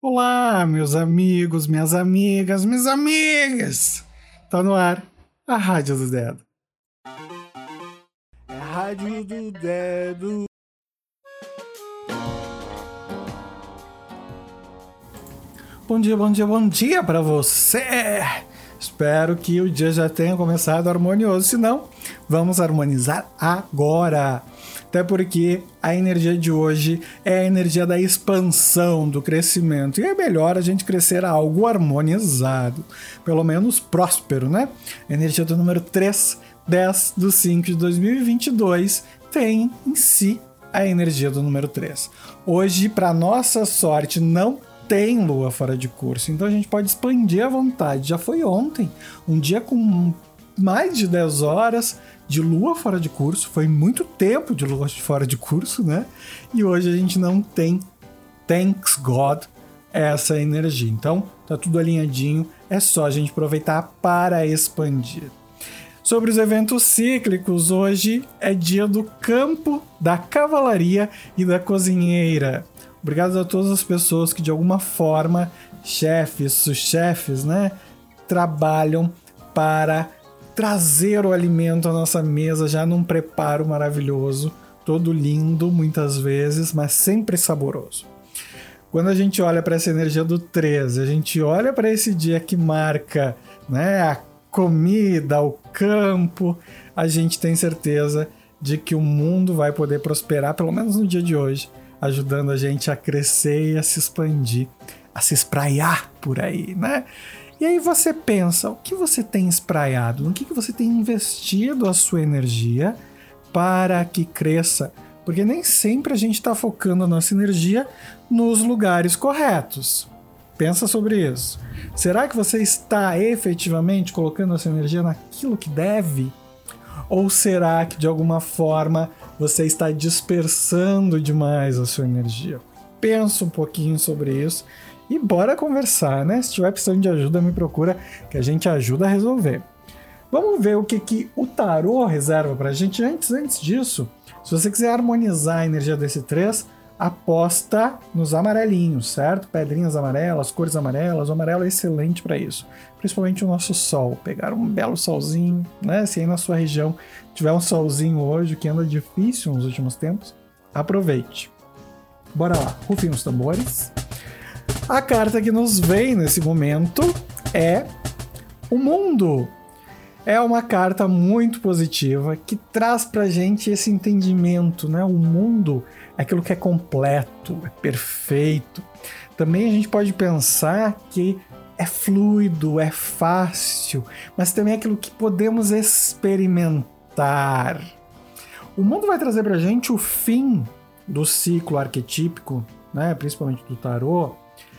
Olá, meus amigos, minhas amigas, minhas amigas! Tá no ar a Rádio do Dedo. É a Rádio do Dedo. Bom dia, bom dia, bom dia pra você! Espero que o dia já tenha começado harmonioso, se não, vamos harmonizar agora! Até porque a energia de hoje é a energia da expansão, do crescimento. E é melhor a gente crescer algo harmonizado, pelo menos próspero, né? A energia do número 3, 10/5 de 2022 tem em si a energia do número 3. Hoje, para nossa sorte, não tem lua fora de curso, então a gente pode expandir à vontade. Já foi ontem, um dia com mais de 10 horas de lua fora de curso, foi muito tempo de lua fora de curso, né? E hoje a gente não tem, thanks God, essa energia. Então, tá tudo alinhadinho, é só a gente aproveitar para expandir. Sobre os eventos cíclicos, hoje é dia do campo, da cavalaria e da cozinheira. Obrigado a todas as pessoas que de alguma forma, chefes, subchefes, né, trabalham para trazer o alimento à nossa mesa já num preparo maravilhoso, todo lindo muitas vezes, mas sempre saboroso. Quando a gente olha para essa energia do 13, a gente olha para esse dia que marca, né, a comida, o campo, a gente tem certeza de que o mundo vai poder prosperar, pelo menos no dia de hoje, ajudando a gente a crescer e a se expandir, a se espraiar por aí, né? E aí você pensa, o que você tem espraiado? No que você tem investido a sua energia para que cresça? Porque nem sempre a gente está focando a nossa energia nos lugares corretos. Pensa sobre isso. Será que você está efetivamente colocando a sua energia naquilo que deve? Ou será que de alguma forma você está dispersando demais a sua energia? Pensa um pouquinho sobre isso. E bora conversar, né? Se tiver precisando de ajuda, me procura que a gente ajuda a resolver. Vamos ver o que o tarô reserva pra gente. Antes disso, se você quiser harmonizar a energia desse 3, aposta nos amarelinhos, certo? Pedrinhas amarelas, cores amarelas. O amarelo é excelente para isso. Principalmente o nosso sol. Pegar um belo solzinho, né? Se aí na sua região tiver um solzinho hoje, que anda difícil nos últimos tempos, aproveite. Bora lá, rufem os tambores. A carta que nos vem nesse momento é o mundo. É uma carta muito positiva que traz pra gente esse entendimento, né? O mundo é aquilo que é completo, é perfeito. Também a gente pode pensar que é fluido, é fácil, mas também é aquilo que podemos experimentar. O mundo vai trazer pra gente o fim do ciclo arquetípico, né? Principalmente do tarô,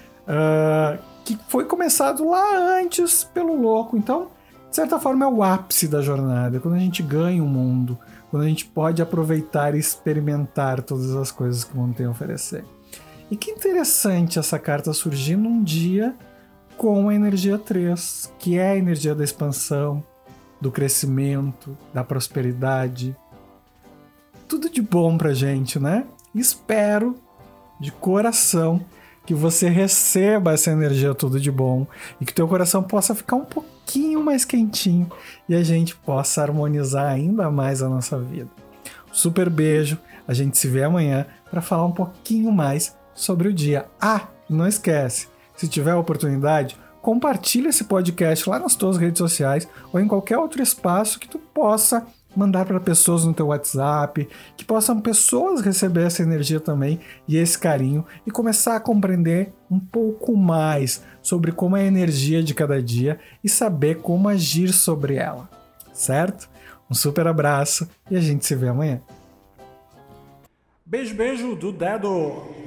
que foi começado lá antes pelo louco. Então, de certa forma, é o ápice da jornada, quando a gente ganha o mundo, quando a gente pode aproveitar e experimentar todas as coisas que o mundo tem a oferecer. E que interessante essa carta surgir num dia com a energia 3, que é a energia da expansão, do crescimento, da prosperidade. Tudo de bom pra gente, né? Espero, de coração, que você receba essa energia tudo de bom e que teu coração possa ficar um pouquinho mais quentinho e a gente possa harmonizar ainda mais a nossa vida. Super beijo, a gente se vê amanhã para falar um pouquinho mais sobre o dia. Não esquece, se tiver a oportunidade, compartilha esse podcast lá nas tuas redes sociais ou em qualquer outro espaço que tu possa mandar para pessoas no teu WhatsApp, que possam pessoas receber essa energia também e esse carinho e começar a compreender um pouco mais sobre como é a energia de cada dia e saber como agir sobre ela, certo? Um super abraço e a gente se vê amanhã. Beijo, beijo do dedo!